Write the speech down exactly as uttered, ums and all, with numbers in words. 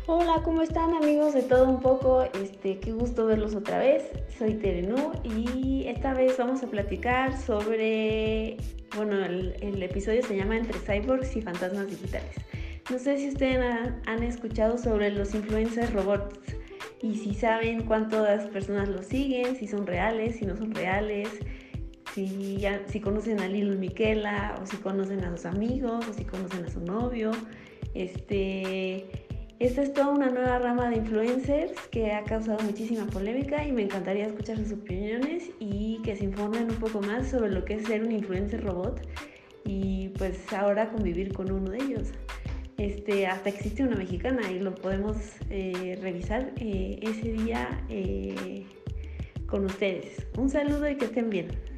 Hola, ¿cómo están amigos de todo un poco? Este, qué gusto verlos otra vez. Soy Terenú y esta vez vamos a platicar sobre, bueno, el, el episodio se llama Entre Cyborgs y Fantasmas Digitales. No sé si ustedes han, han escuchado sobre los influencers robots y si saben cuántas personas los siguen, si son reales, si no son reales, si, ya, si conocen a Lil Miquela o si conocen a sus amigos o si conocen a su novio. Este... Esta es toda una nueva rama de influencers que ha causado muchísima polémica y me encantaría escuchar sus opiniones y que se informen un poco más sobre lo que es ser un influencer robot y pues ahora convivir con uno de ellos. Este, hasta existe una mexicana y lo podemos eh, revisar eh, ese día eh, con ustedes. Un saludo y que estén bien.